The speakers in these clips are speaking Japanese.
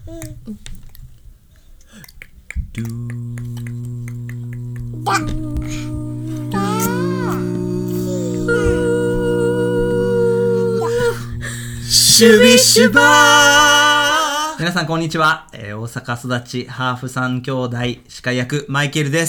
ドゥシュビシュバー。皆さんこんにちは、大阪育ちハーフ3兄弟司会役マイケルです。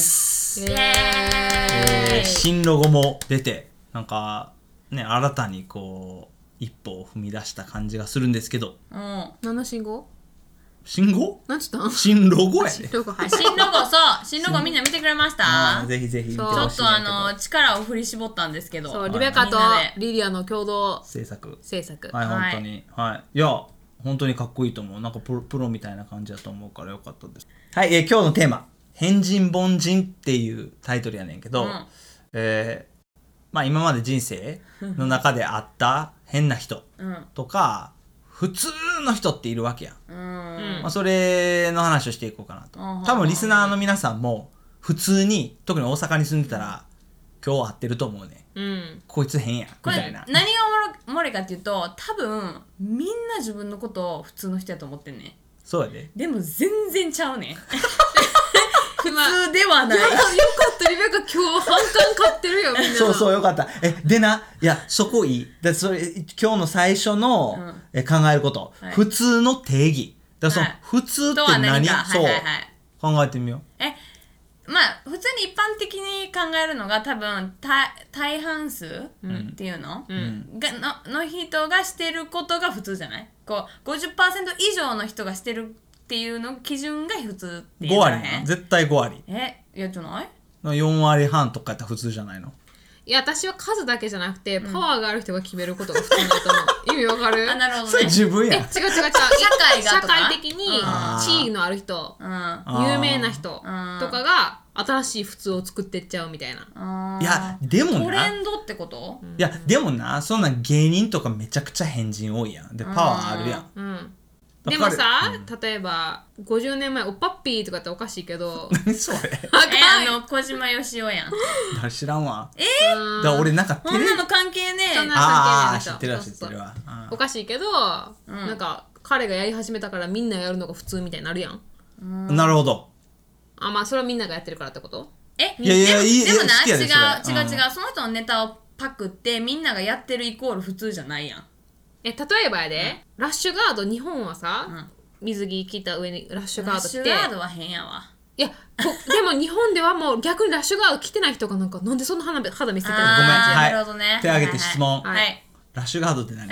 新ロゴも出てなんかね新たにこう一歩を踏み出した感じがするんですけど、 何の信号？ 信号？ なんつったん？ 新ロゴやで。 新ロゴ、はい、 新ロゴ、そう新ロゴみんな見てくれました？ ぜひぜひ見てちょっほしいんやけど。 と力を振り絞ったんですけど、 そうリベカとリリアの共同制作はい、 本当にはい、いや本当にかっこいいと思う。なんかプロみたいな感じだと思うからよかったです。はい、今日のテーマ変人凡人っていうタイトルやねんけど、まあ今まで人生の中であった変な人とか、普通の人っているわけやん。まあ、それの話をしていこうかなと。多分リスナーの皆さんも普通に特に大阪に住んでたら今日会ってると思うね。こいつ変やみたいな。 何がおもろいかっていうと、多分みんな自分のことを普通の人やと思ってんね。 そうやで。 でも全然ちゃうね。普通ではない。 よかったリベカ今日反感買ってるよみんな。 そうよかった。でな、いやそこいい。だそれ今日の最初の、考えること、はい、普通の定義。だからその、普通って何？そう、考えてみよう。 まあ普通に一般的に考えるのが多分大半数っていうの、の人がしてることが普通じゃない？こう 50% 以上の人がしてるっていうの基準が普通っていう 5割な。絶対5割。 いやじゃない？ 4 割半とかやったら普通じゃないの？ いや私は数だけじゃなくて、パワーがある人が決めることが普通だと思う。意味わかる？ あ、なるほどね。 それ自分や。 違う社会的に地位のある人、有名な人とかが新しい普通を作ってっちゃうみたいな。 いやでもな、 トレンドってこと？ いやでもな、そんな芸人とかめちゃくちゃ変人多いやん。でパワーあるやん。 でもさ、例えば50年前おっぱっぴーとかっておかしいけど何それ？ 小島よしおやん。 誰知らんわ。だから俺なんかこんなの関係ねえ。 そんな関係知ってるわ。 おかしいけど、なんか彼がやり始めたからみんなやるのが普通みたいになるやん。 なるほど。 まあそれはみんながやってるからってこと？ でもな、違う。その人のネタをパクってみんながやってるイコール普通じゃないやん。 例えばやで、ラッシュガード、日本はさ、水着着た上にラッシュガード着て、 ラッシュガードは変やわ。 いやでも日本ではもう逆にラッシュガード着てない人がなんでそんな肌見せてるの？ごめん、 なるほどね。 手挙げて質問。 はい。 ラッシュガードって何？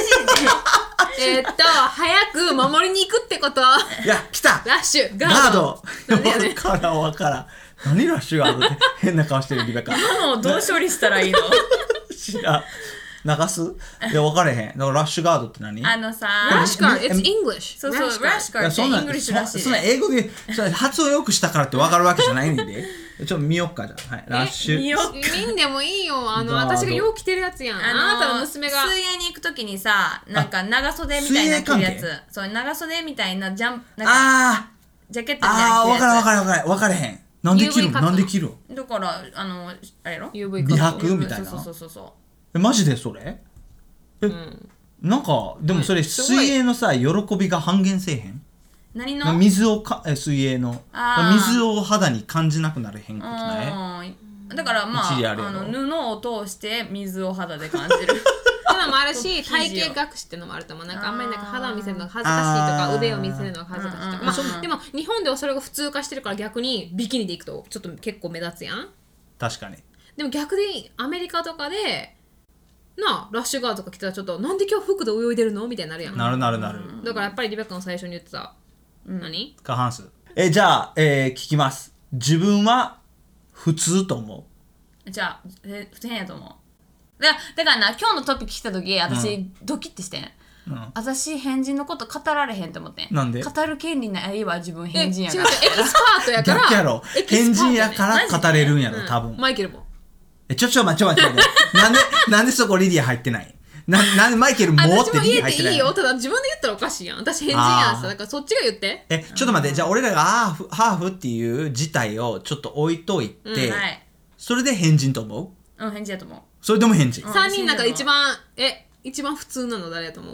早く守りに行くってこと。 いや、来た。 ラッシュガード。 わからん。何ラッシュガードって変な顔してるリベカ。 今のどう処理したらいいの？ 知らん。流す？いや分かれへん。だからラッシュガードって何？ さ、 ラッシュガード、it's English。 そう、ラッシュガードってイングリッシュらしい。 そんな英語で発音よくしたからって分かるわけじゃないんで。ちょっと見よっかじゃあ。はい、ラッシュ。 見んでもいいよ。私がよう着てるやつやん。あなたの娘が。 水泳に行くときにさ、なんか長袖みたいな着るやつ。そう、長袖みたいなジャケットみたいな着るやつ。 分かれへん。なんで着るの？ だから、あれやろ？ UV 美白みたいな。 そう。 マジでそれ？なんかでもそれ水泳のさ喜びが半減せえへん？ 何の？ 水泳の水を肌に感じなくなれへんことない？ だからまあ布を通して水を肌で感じる。 ってのもあるし、体型学士ってのもあると思う。なんかあんまり肌を見せるのが恥ずかしいとか、腕を見せるのが恥ずかしいとか。でも日本ではそれが普通化してるから逆にビキニで行くとちょっと結構目立つやん。 確かに。 でも逆にアメリカとかでラッシュガードとか着たらちょっとなんで今日服で泳いでるのみたいになるやん。 なる。 だからやっぱりリベッカの最初に言ってた、何？ 過半数。じゃあ、聞きます。自分は普通と思う。じゃあ普通変やと思う。だからな、今日のトピック来た時私、ドキッてしてん。私変人のこと語られへんと思ってん。 なんで？ 語る権利ないわ、自分変人やから。 エキスパートやから。 逆やろ。変人やから語れるんやろ、多分。 マイケルも。 ちょ待って。なんでそこリディア入ってない？なんでマイケルもってリディア入ってない？ 私も言えていいよ。ただ自分で言ったらおかしいやん。私変人やんさ。だからそっちが言って。 ちょっと待って。じゃあ俺らがハーフっていう事態をちょっと置いといて、それで変人と思う？ 変人やと思う。 それでも変人。 3人の中で一番普通なの誰やと思う？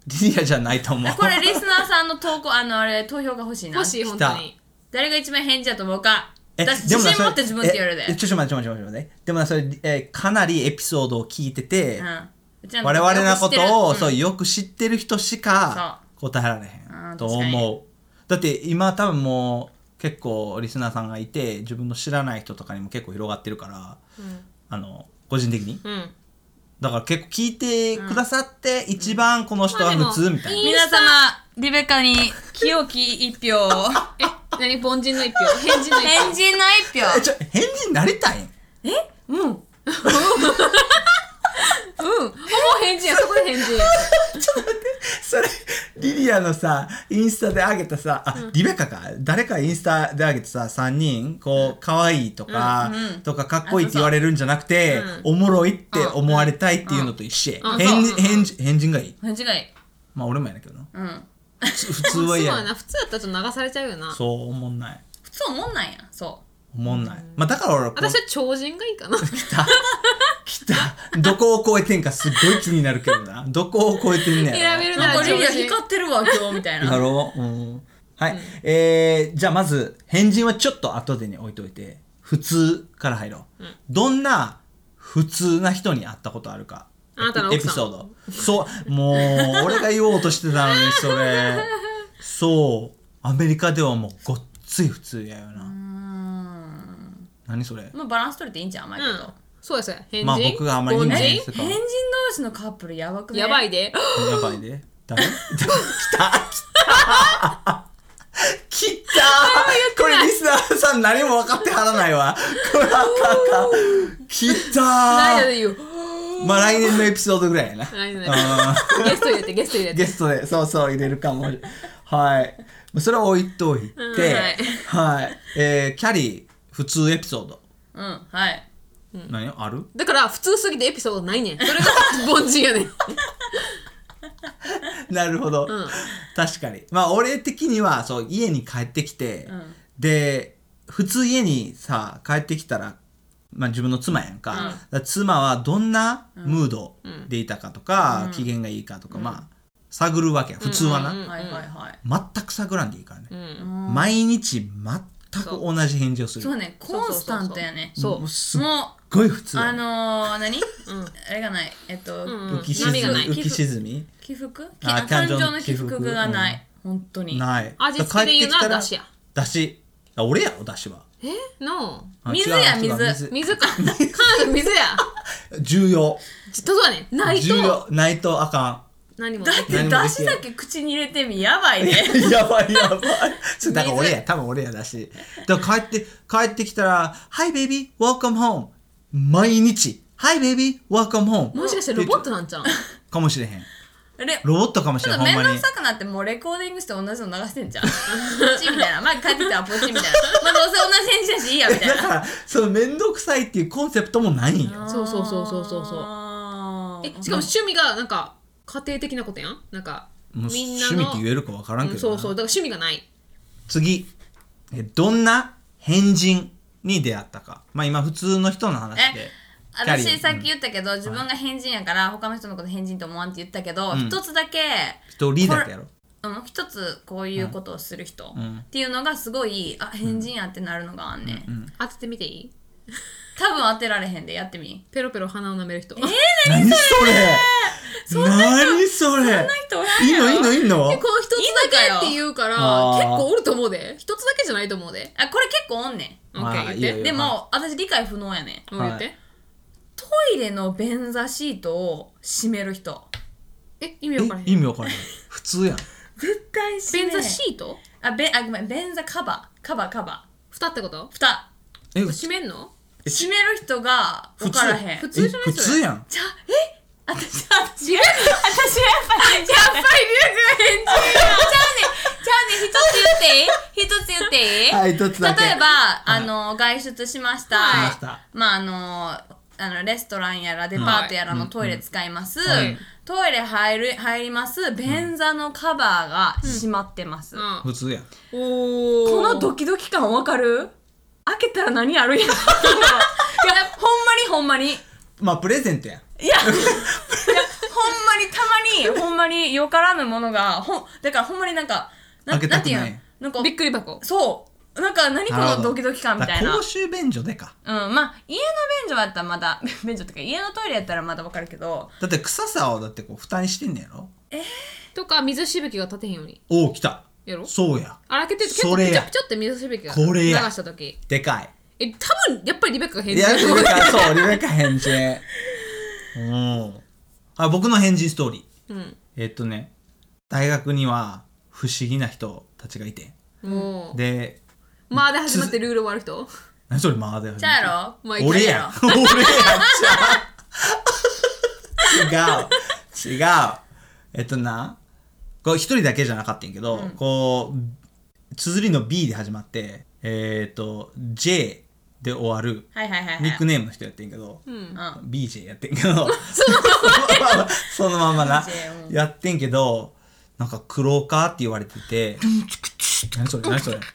リリアじゃないと思う。 これリスナーさんの投稿あれ投票が欲しいな。 欲しい本当に。 誰が一番返事だと思うか。私でも自信持って自分って言われるで。 ちょっと待ってでもそれ、かなりエピソードを聞いてて、我々のことをそうよく知ってる人しか答えられへんと思う。だって今多分もう結構リスナーさんがいて自分の知らない人とかにも結構広がってるから、個人的に、だから結構聞いてくださって、一番この人は普通みたいな、 皆様リベカに清き一票を何凡人の一票変人の一票変人の一票変人になりたいんうんほぼ変人やそこで変人ちょっと待ってそれリリアのさインスタで上げたさリベカか誰かインスタで上げてさ3人こう可愛いとか、とかかっこいいって言われるんじゃなくて、おもろいって思われたいっていうのと一緒や、変人がいい変人がいい。 まあ俺もやだけどな、普通はそう嫌やな普通やったらちょっと流されちゃうよな。 そう思んない普通思んないやん。そう思んない、まあだから俺私は超人がいいかな。 来たどこを超えてんかすっごい気になるけどなどこを超えてんねやろ。 選べるならなんかリリア光ってるわ今日みたいな。 だろう、はい、じゃあまず変人はちょっと後でに置いといて普通から入ろう、どんな普通な人に会ったことあるか。 あなたの奥さんエピソード。そうもう俺が言おうとしてたのにそれそうアメリカではもうごっつい普通やよな。何それ。 まあバランス取れていいんじゃん甘いけど、 そうですよ変人。 まあ僕があんまり凡人変人変人同士のカップルやばくね。 やばいで。 やばいで。誰？来たこれリスナーさん何も分かってはらないわ。これあかんか来たないで言う。 まあ来年のエピソードぐらいやな。 ないないゲスト入れてゲスト入れて。 ゲストでそう入れるかも。はいそれは置いといて、はい、キャリー普通エピソード。 はい。 何ある？ だから普通すぎてエピソードないねん。それが凡人やねん。 なるほど、確かにまあ俺的にはそう家に帰ってきて、で普通家にさ帰ってきたら、まあ、自分の妻やんか、だから妻はどんなムードでいたかとか、機嫌がいいかとか、まあ探るわけや普通はな、全く探らんでいいからね、毎日全く同じ返事をする。 そうねコンスタントやね。 そうすっごい普通。 何あれがない浮き沈み起伏感情の起伏がない本当にない。 味付けで言うならだしや。 だし俺やろだしは。 の水や水か彼女水や。 重要。 そうだねないとあかん。 何もだってだしだけ口に入れてみやばいね。 やばいそれだから俺や多分俺やだし。だから帰ってきたら Hi baby welcome home 毎日 Hi baby welcome home もしかしてロボットなんちゃうかもしれへん。ロボットかもしれん。 ちょっと面倒くさくなってもうレコーディングして同じの流してんじゃん。ポチみたいな。前帰ってきたらポチみたいな。まあどうせ同じ返事だしいいやみたいな。 だからその面倒くさいっていうコンセプトもないんよ。 そうしかも趣味がなんか家庭的なことやん。なんかみんなの趣味って言えるか分からんけどな。 そうだから趣味がない。 次どんな変人に出会ったか。まあ今普通の人の話で私さっき言ったけど、自分が変人やから他の人のこと変人と思わんって言ったけど、一つだけ一人だけやろ。 一つこういうことをする人っていうのがすごい変人やってなるのがあんねん。 当ててみていい？ 多分当てられへんでやってみ。 ペロペロ鼻を舐める人。 何それ何それ。 そんな人おらんやろ。 いんのこの一つだけって言うから結構おると思うで。一つだけじゃないと思うで。 これ結構おんねん。 オッケー言って。 でも私理解不能やねん。 言って。 トイレの便座シートを閉める人。 意味わからへん。 意味わからへん。普通やん。 絶対閉め。 便座シート？ ごめん便座カバー。 蓋ってこと？ 蓋。 閉めんの？ 閉める人が分からへん。 普通じゃない？ 普通やん。 じゃ私やっぱりリュウクが返事や。ちゃうね一つ言っていい？ はい、一つだけ。 例えば外出しました。まあレストランやらデパートやらのトイレ使います。トイレ入ります。便座のカバーが閉まってます。 普通やん。 このドキドキ感分かる？開けたら何あるんや。いやほんまに。 まあプレゼントやん。 いやほんまほんまによからぬものがだからほんまになんか開けたくないんていうのなんかびっくり箱。 そうなんか何このドキドキ感みたいな。 公衆便所でか。 まあ家の便所だったらまだ便所ってか家のトイレやったらまだわかるけど、 だって臭さをだってこう蓋にしてんねやろ。 とか水しぶきが立てへんようにおお来た。 やろ。 そうや。 あれ開けてると結構それやピチャピチャって水しぶきが流これやした時。 でかい。 多分やっぱりリベッカが返いやリ事するベカそうリベカ返事。僕の返事ストーリー。大学には不思議な人たちがいて。でまあで始まってルール終わる人。 何それまあで始まって。 じゃあやろ。 俺や違うこれ一人だけじゃなかったんやけど、こう綴りの B で始まってJ で終わるニックネームの人やってんけど、BJ やってんけどそのままなやってんけど、なんかクローカーって言われてて何それ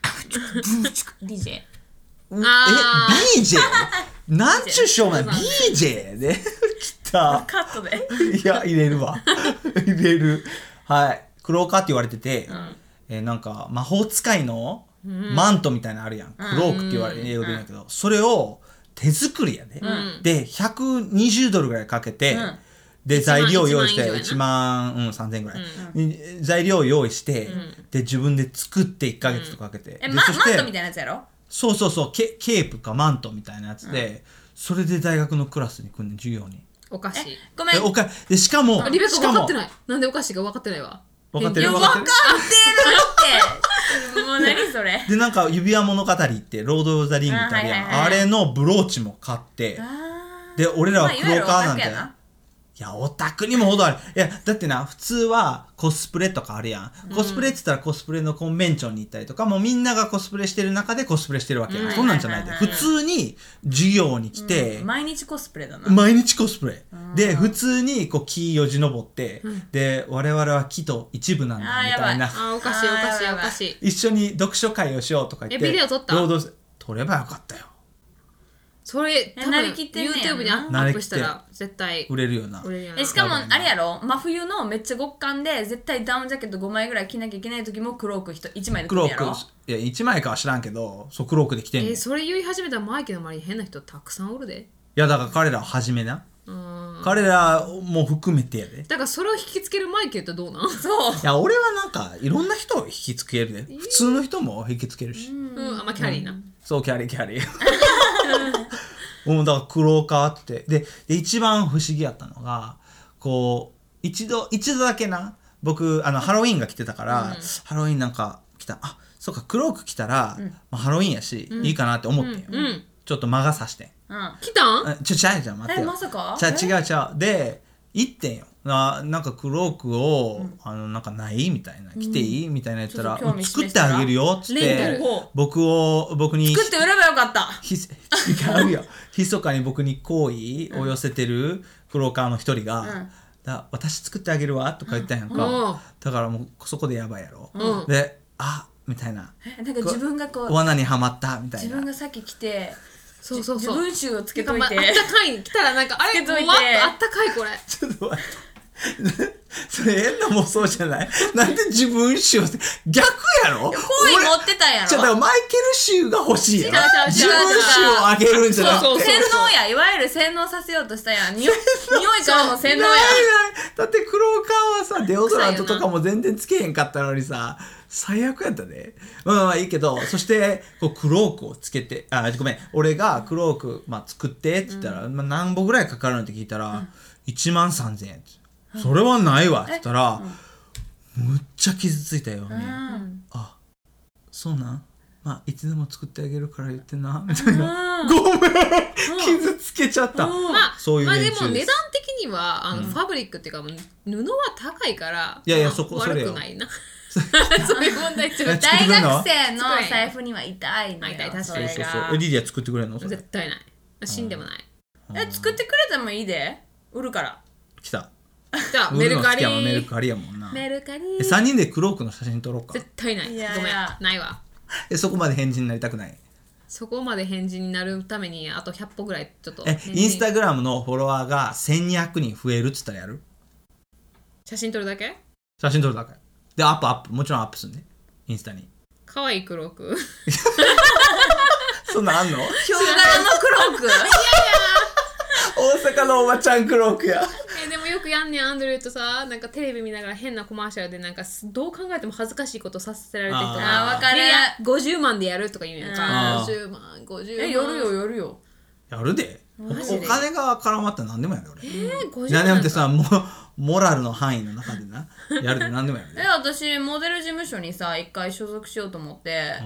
DJ BJ なんちゅうしょうもない BJ で来た。 カットでいや入れるわ入れる。はいクローカーって言われてて、なんか魔法使いのマントみたいなのあるやん、クロークって言われる英語で言うんだけど、それを手作りやで、で120ドルぐらいかけて、で材料を用意して1万3000円ぐらい、材料を用意して、で自分で作って1ヶ月とかけて、 マントみたいなやつやろ。 そうケープかマントみたいなやつで、それで大学のクラスに来んねん授業に。 おかしい。 ごめん。 でしかもリベッカ分かってない。なんでおかしいか分かってないわ。 分かってるってもう何それでなんか指輪物語ってロード・オブ・ザ・リングってあるやん、あれのブローチも買って、で俺らはクローカーなんて、いやオタクにもほどある。いやだってな普通はコスプレとかあるやん、コスプレって言ったらコスプレのコンベンションに行ったりとか、もうみんながコスプレしてる中でコスプレしてるわけやん、そんなんじゃないで、普通に授業に来て、 毎日コスプレだな。 毎日コスプレで普通にこう木よじ登って、で我々は木と一部なんだみたいな、 おかしい一緒に読書会をしようとか言って、 ビデオ撮った？ 撮ればよかったよ。 それ多分なりきってんねん YouTube にアップしたら絶対売れるよな。 しかもあれやろ、真冬のめっちゃ極寒で絶対ダウンジャケット5枚ぐらい着なきゃいけない時もクローク1枚で着るやろ。 クロークいや1枚かは知らんけど、そうクロークで着てんねん。 それ言い始めたらマイケの周りに変な人たくさんおるで。 いやだから彼らは初めな、彼らも含めてやで。 だからそれを引きつけるマイケってどうなん？ そう。 いや俺はなんかいろんな人を引きつけるで、普通の人も引きつけるし、 あんまキャリーな。 そうキャリーだからクローカーってで一番不思議やったのが、こう一度だけな、僕ハロウィーンが来てたから、ハロウィーンなんか来た、あそうかクローク来たら、ハロウィーンやし、いいかなって思ってんよ、ちょっと魔が差してん、 来たん？ ちゃうじゃん待ってよ。 まさか？ 違うで行ってんよ。なんかクロークを、なんかないみたいな、来ていいみたいな言ったら、作ってあげるよっつって僕に作って売ればよかった。 違うよ密かに僕に好意を寄せてるクローカーの一人が、私作ってあげるわとか言ったんやんか、だからもうそこでやばいやろ、でみたいな、 なんか自分がこう罠にはまったみたいな、 自分がさっき来てそう自分臭をつけといて、 あったかい来たらなんかあれつけといてもっとあったかいこれちょっと待ってそれ変な妄想じゃない？なんで自分臭って逆やろ？ 好意持ってたんやろ。 だからマイケル臭が欲しいやろ。自分違う臭をあげるんじゃなくて、 そう洗脳や、いわゆる洗脳させようとしたやん。匂いからも洗脳や。 ないだってクローカーはさデオドラントとかも全然つけへんかったのにさ、最悪やったね。まあいいけど、そしてこうクロークをつけて、ごめん、俺がクローク、作ってって言ったら、何本ぐらいかかるのって聞いたら、1万3000円って、それはないわって言ったら、むっちゃ傷ついたよね。そうなん、いつでも作ってあげるから言ってなみたいな、ごめん、傷つけちゃった。そういうでも値段的にはファブリックっていうか布は高いから、 いやそれよ悪くないなそういう問題じゃない。 大学生の財布には痛いのよ。 痛い、確かに。 そうリディア作ってくれるの？ 絶対ない。死んでもない。 作ってくれてもいいで、売るから。 来た。 じゃあメルカリ。 メルカリやもんな。 メルカリ。 3人でクロークの写真撮ろうか。 絶対ない。ごめん、ないわ。 そこまで変人になりたくない？ そこまで変人になるためにあと100歩ぐらいちょっと。 インスタグラムのフォロワーが1200人増えるっつったらやる？ 写真撮るだけ？ 写真撮るだけでアップもちろんアップするねインスタに。 かわいいクロークそんなんあんの？ ヒョウ柄のクローク大阪のおばちゃんクロークや。 でもよくやんねんアンドリューとさ、なんかテレビ見ながら変なコマーシャルでなんかどう考えても恥ずかしいことさせられてる人がわかる。 50万でやるとか言うんやんか。50万やるよやるで。お金が絡まったら何でもやる俺。 50 何でもってさモラルの範囲の中でなやるで何でもやるで。 私モデル事務所にさ一回所属しようと思って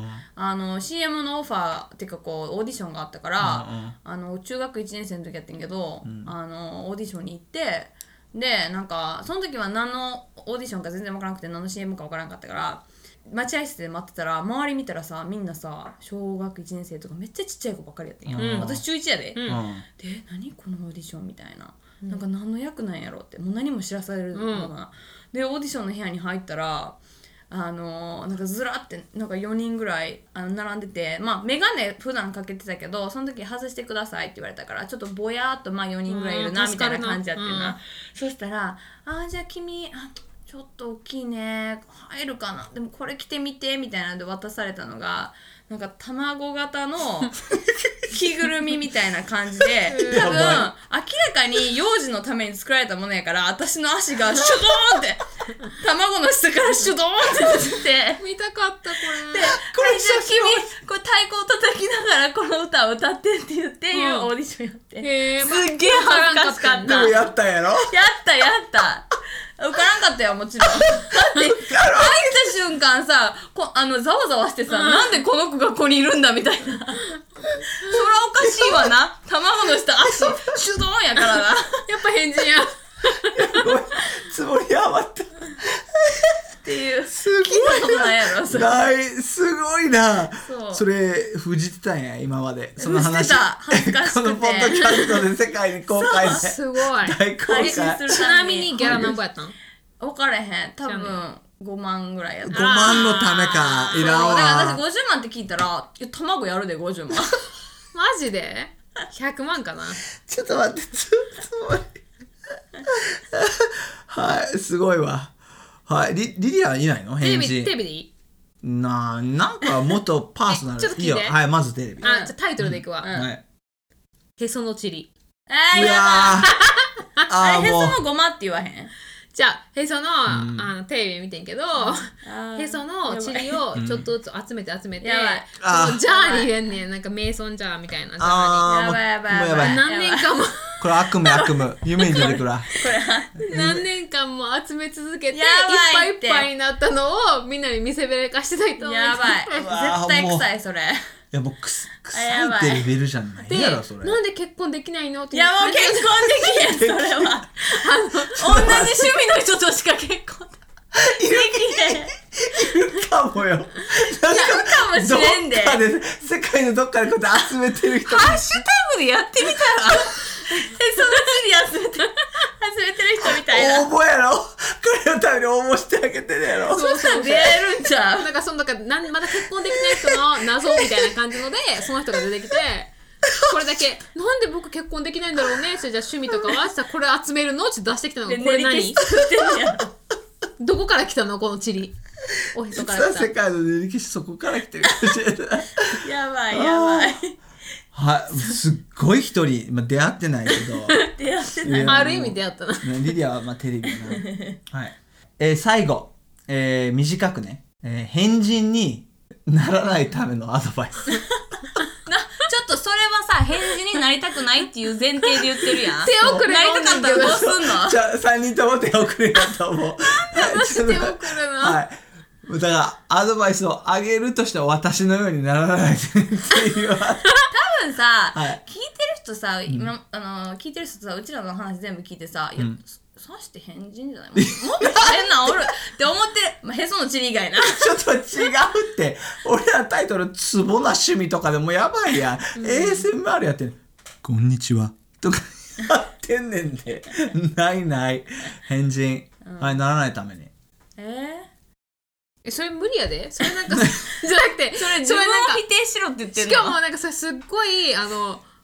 、CM のオファーっていうかこうオーディションがあったから、中学1年生の時やってんけど、オーディションに行ってでなんかその時は何のオーディションか全然分からなくて何の CM か分からなかったから待合室で待ってたら周り見たらさみんなさ小学1年生とかめっちゃちっちゃい子ばっかりやってんや、私中1やで、で何このオーディションみたいな、なんか何の役なんやろってもう何も知らされるのかな、でオーディションの部屋に入ったらなんかずらってなんか4人ぐらい並んでて、まあ眼鏡普段かけてたけどその時外してくださいって言われたからちょっとぼやーっとまあ4人ぐらいいるなみたいな感じやってるな、そしたらじゃあ君ちょっと大きいね入るかなでもこれ着てみてみたいなので渡されたのがなんか卵型の着ぐるみみたいな感じで多分明らかに幼児のために作られたものやから私の足がシュドーンって卵の下からシュドーンって出て見たかったこれ。 でこれじゃあ君これ太鼓を叩きながらこの歌を歌ってって言っていうオーディションやって、すっげえ恥ずかしかった。 でもやったんやろ？ やった受からんかったよもちろん。だって入った瞬間さざわざわしてさ、なんでこの子がここにいるんだみたいなそらおかしいわな卵の下足シュドーンやからなやっぱ変人やつもり余ったっていうすごい聞いたことないやろそれすごいな。それ封じてたんや今までその話。 恥ずかしくてこのポッドキャストで世界に公開ですごい大公開。 ちなみにギャラ何ぼやったん？ 分からへん多分5万ぐらいやった。 5万のためかいらんわ。 だから私50万って聞いたら卵やるで50万マジで100万かな。 ちょっと待ってつもりはいすごいわ。はいリリアいないの？返事テレビでいい？ なんかもっとパーソナルちょっと聞いて。 いいよ。はいまずテレビ。 じゃあタイトルでいくわ。 はいへそのチリ。 いやへそのごまって言わへん？ じゃあへその、テレビ見てんけどへそのチリをちょっとずつ集めてそのジャーに入れんねん。なんかメイソンジャーみたいなジャーに。 やばい何年間もこれ悪夢夢に出てくるわ。 何年間も集め続けていっぱいいっぱいになったのをみんなに見せびらかしてたいと思う。 やばい絶対臭いそれ。 いやもう臭いってレベルじゃないやろそれ。 なんで結婚できないのって。 いやもう結婚できへんそれは同じ趣味の人としか結婚できへん。 いるかもよ。いるかもしれんで。 どっかで世界のどっかでこうやって集めてる人。 ハッシュタグでやってみたらそのチリ集めてる人みたいな。 応募やろ。彼のために応募してあげてるやろ。 そう出会えるんちゃう。 なんかまだ結婚できない人の謎みたいな感じのでその人が出てきてこれだけなんで僕結婚できないんだろうね。じゃあ趣味とかはさこれ集めるのって出してきたのがこれ何？どこから来たのこのチリ。おへそから来た。 世界の履歴書そこから来てるかもしれない。 やばい。 はい、すっごい一人、出会ってないけど出会ってない。 ある意味出会ったな。 リリアはテレビやな。はい。最後、短くね、変人にならないためのアドバイス。 ちょっとそれはさ変人になりたくないっていう前提で言ってるやん。 手遅れなりたかったらどうすんの？ じゃあ3人とも手遅れだと思う。なんで手遅れな。 はい。だからアドバイスをあげるとしては私のようにならないっていう多分さ、 はい、 聞いてる人さ、聞いてる人さうちらの話全部聞いてさ、いやさして変人じゃないもっと変なおるって思ってる、へそのチリ以外なちょっと違うって俺らタイトルツボな趣味とかでもやばいやん、ASMR やってんこんにちはとかやってんねんでない変人、はいならないためにそれ無理やで。それなんかじゃなくてそれ自分を否定しろって言ってるの。 しかもなんかそれすっごい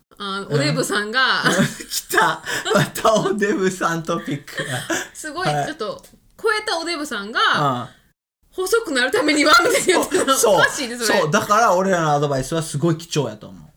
おデブさんが来たまたおデブさんトピックがすごいちょっと超えたおデブさんがあ細くなるためにはみたいな言ってたのおかしいですそれ。 そうだから俺らのアドバイスはすごい貴重やと思う。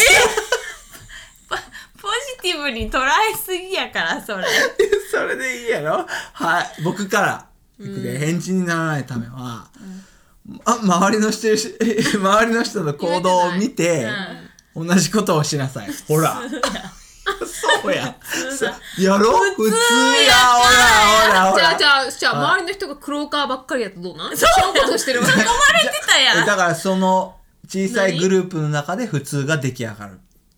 ポジティブに捉えすぎやからそれそれでいいやろ。はい、僕からいくで、変人にならないためは、周りの人の行動を見て、同じことをしなさい。ほらそうややろ普通やほらじゃあ周りの人がクローカーばっかりやったらどうなん？そういうことしてる。 囲まれてたやん。 だからその小さいグループの中で普通が出来上がる。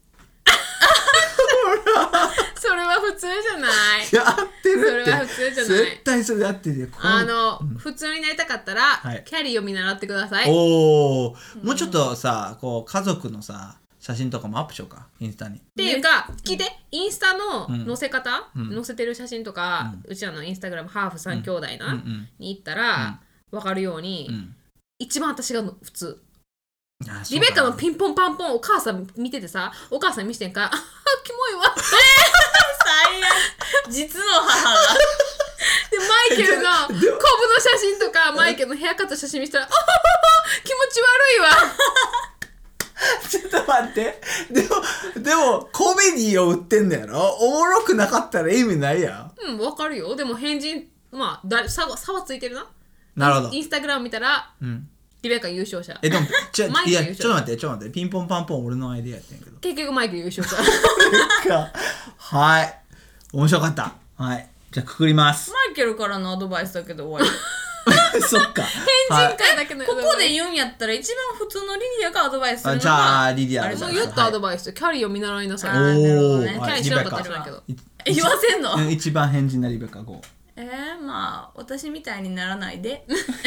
それは普通じゃない。 やってるって。 それは普通じゃない。 絶対それやってるよ。 普通になりたかったら、 はい、 キャリーを見習ってください。 もうちょっとさ、こう家族のさ写真とかもアップしようか、インスタに。 っていうか、聞いて、インスタの載せ方、載せてる写真とか、うちらのインスタグラムハーフ3兄弟に行ったら、分かるように、一番私が普通。リベカのピンポンパンポンお母さん見ててさ、お母さん見してんから、キモいわ。 最悪。実の母が。 で、マイケルのコブの写真とか、マイケルのヘアカット写真見せたら、気持ち悪いわ。 ちょっと待って。でもコメディを売ってんだやろ。おもろくなかったら意味ないやん。わかるよ。でも変人、まあ、差はついてるな。 なるほど。 インスタグラム見たら、リベカ優勝者。 でもちょっと待って。ピンポンパンポン俺のアイディアやってんけど。 結局マイケル優勝者。 はい。面白かった。はい。じゃあくくります。 マイケルからのアドバイスだけど終わり。 そっか。 変人会だけの。 ここで言うんやったら一番普通のリディアがアドバイスするのが。 じゃあリディア。 もう言ったアドバイス。キャリーを見習いなさい。 なるほどね。 キャリー知らなかったらないけど。 言わせんの？ 一番変人なリベカ5。 まあ私みたいにならないで。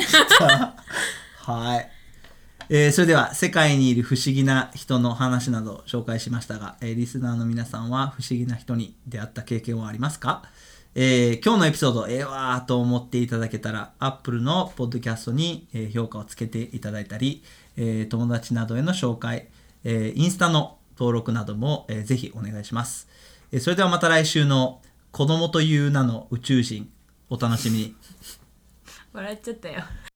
はい。それでは世界にいる不思議な人の話など紹介しましたが、リスナーの皆さんは不思議な人に出会った経験はありますか？今日のエピソードわーと思っていただけたら Apple のポッドキャストに、評価をつけていただいたり、友達などへの紹介、インスタの登録なども、ぜひお願いします。それではまた来週の子供という名の宇宙人お楽しみに。 笑っちゃったよ。